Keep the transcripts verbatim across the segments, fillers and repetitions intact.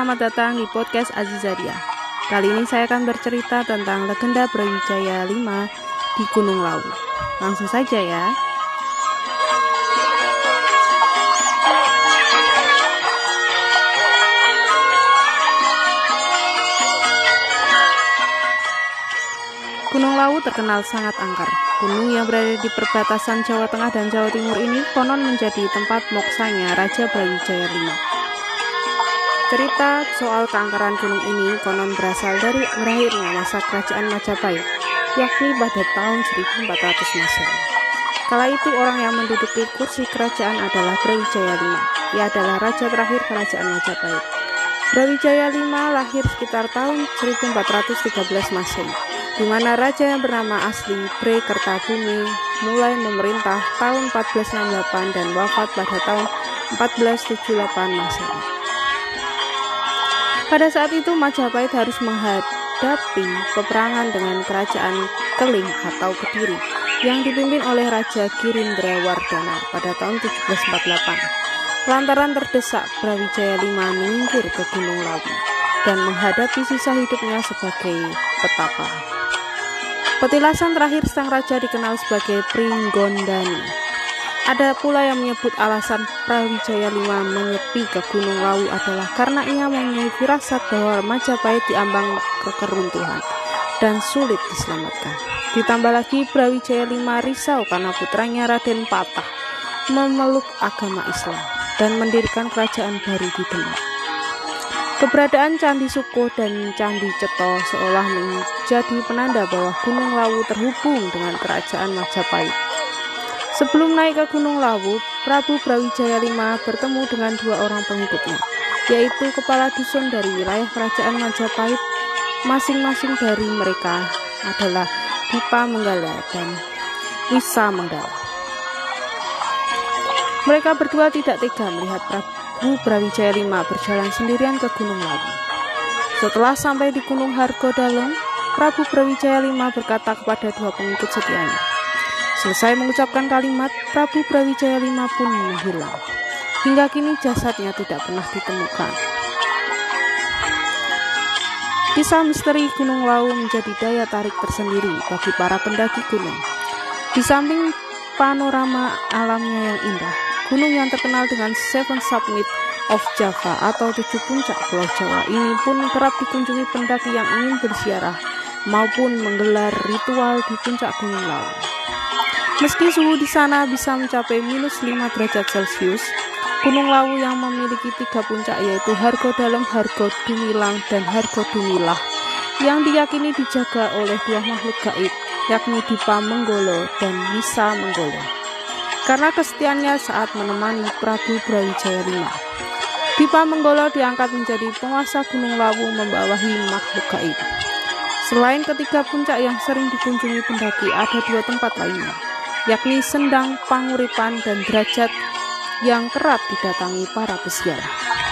selamat datang di podcast Azizadia. Kali ini saya akan bercerita tentang legenda Brawijaya lima di Gunung Lawu. Langsung saja ya. Gunung Lawu terkenal sangat angker. Gunung yang berada di perbatasan Jawa Tengah dan Jawa Timur ini konon menjadi tempat moksanya Raja Brawijaya lima. Cerita soal keangkeran gunung ini konon berasal dari berakhirnya masa kerajaan Majapahit, yakni pada tahun seribu empat ratus Masehi. Kala itu orang yang menduduki kursi kerajaan adalah Brawijaya lima. Ia adalah raja terakhir kerajaan Majapahit. Brawijaya lima lahir sekitar tahun seribu empat ratus tiga belas Masehi, di mana raja yang bernama asli Bre Kertabumi mulai memerintah tahun empat belas enam puluh delapan dan wafat pada tahun empat belas tujuh puluh delapan Masehi. Pada saat itu Majapahit harus menghadapi peperangan dengan kerajaan Keling atau Kediri yang dipimpin oleh Raja Girindrawardhana pada tahun tujuh belas empat puluh delapan. Lantaran terdesak, Brawijaya lima menyingkir ke Gunung Lawu dan menghadapi sisa hidupnya sebagai petapa. Petilasan terakhir sang raja dikenal sebagai Pringgondani. Ada pula yang menyebut alasan Brawijaya lima menyepi ke Gunung Lawu adalah karena ia mempunyai firasat bahwa Majapahit diambang keruntuhan dan sulit diselamatkan. Ditambah lagi Brawijaya lima risau karena putranya Raden Patah memeluk agama Islam dan mendirikan kerajaan baru di Demak. Keberadaan Candi Suko dan Candi Ceto seolah menjadi penanda bahwa Gunung Lawu terhubung dengan kerajaan Majapahit. Sebelum naik ke Gunung Lawu, Prabu Brawijaya lima bertemu dengan dua orang pengikutnya, yaitu kepala dusun dari wilayah kerajaan Majapahit. Masing-masing dari mereka adalah Dipa Menggala dan Wisa Menggala. Mereka berdua tidak tega melihat Prabu Brawijaya lima berjalan sendirian ke Gunung Lawu. Setelah sampai di Gunung Hargodalem, Prabu Brawijaya lima berkata kepada dua pengikut setianya. Selesai mengucapkan kalimat, Prabu Brawijaya lima pun menghilang. Hingga kini jasadnya tidak pernah ditemukan. Kisah misteri Gunung Lawu menjadi daya tarik tersendiri bagi para pendaki gunung. Di samping panorama alamnya yang indah, gunung yang terkenal dengan Seven Summit of Java atau tujuh puncak Pulau Jawa ini pun kerap dikunjungi pendaki yang ingin berziarah maupun menggelar ritual di puncak Gunung Lawu. Meski suhu di sana bisa mencapai minus lima derajat Celcius, Gunung Lawu yang memiliki tiga puncak yaitu Hargodalem, Hargodumilang, dan Hargodumilah yang diyakini dijaga oleh dua makhluk gaib, yakni Dipa Menggolo dan Wisa Menggolo, karena kesetiaannya saat menemani Prabu Brawijaya lima. Dipa Menggolo diangkat menjadi penguasa Gunung Lawu membawahi makhluk gaib. Selain ketiga puncak yang sering dikunjungi pendaki, ada dua tempat lainnya, yakni Sendang Panguripan dan Derajat yang kerap didatangi para peziarah.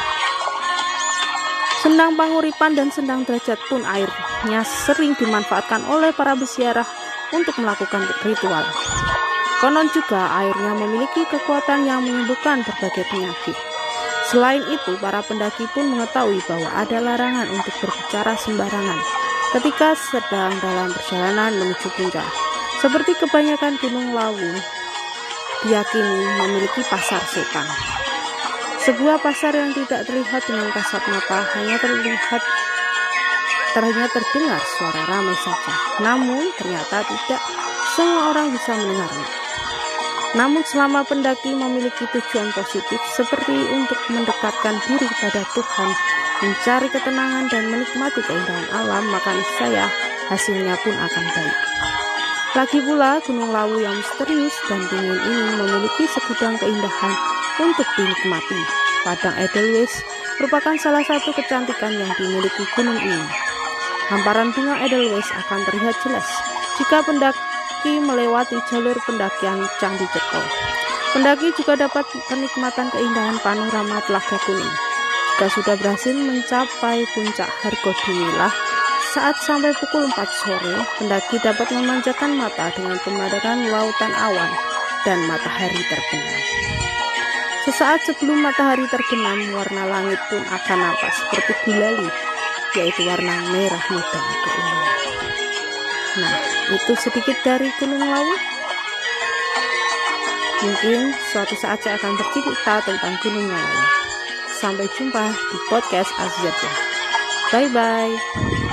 Sendang Panguripan dan Sendang Derajat pun airnya sering dimanfaatkan oleh para peziarah untuk melakukan ritual. Konon juga airnya memiliki kekuatan yang menyembuhkan berbagai penyakit. Selain itu, para pendaki pun mengetahui bahwa ada larangan untuk berbicara sembarangan ketika sedang dalam perjalanan menuju puncak. Seperti kebanyakan Gunung Lawu, diyakini memiliki pasar setan. Sebuah pasar yang tidak terlihat dengan kasat mata, hanya terlihat ternyata terdengar suara ramai saja. Namun ternyata tidak semua orang bisa mendengarnya. Namun selama pendaki memiliki tujuan positif seperti untuk mendekatkan diri kepada Tuhan, mencari ketenangan dan menikmati keindahan alam, maka niscaya hasilnya pun akan baik. Lagi pula, Gunung Lawu yang misterius dan dingin ini memiliki segudang keindahan untuk dinikmati. Padang Edelweiss merupakan salah satu kecantikan yang dimiliki gunung ini. Hamparan bunga Edelweiss akan terlihat jelas jika pendaki melewati jalur pendakian Candi Ceto. Pendaki juga dapat menikmati keindahan panorama Telaga Kuning. Jika sudah berhasil mencapai puncak Hargodumilah, saat sampai pukul empat sore, pendaki dapat memanjakan mata dengan pemandangan lautan awan dan matahari terbenam. Sesaat sebelum matahari terbenam, warna langit pun akan nampak seperti gulali, yaitu warna merah muda keunguan. Nah, itu sedikit dari Gunung Lawu. Mungkin suatu saat saya akan bercerita tentang gunung yang lain. Sampai jumpa di podcast Azizah. Bye-bye.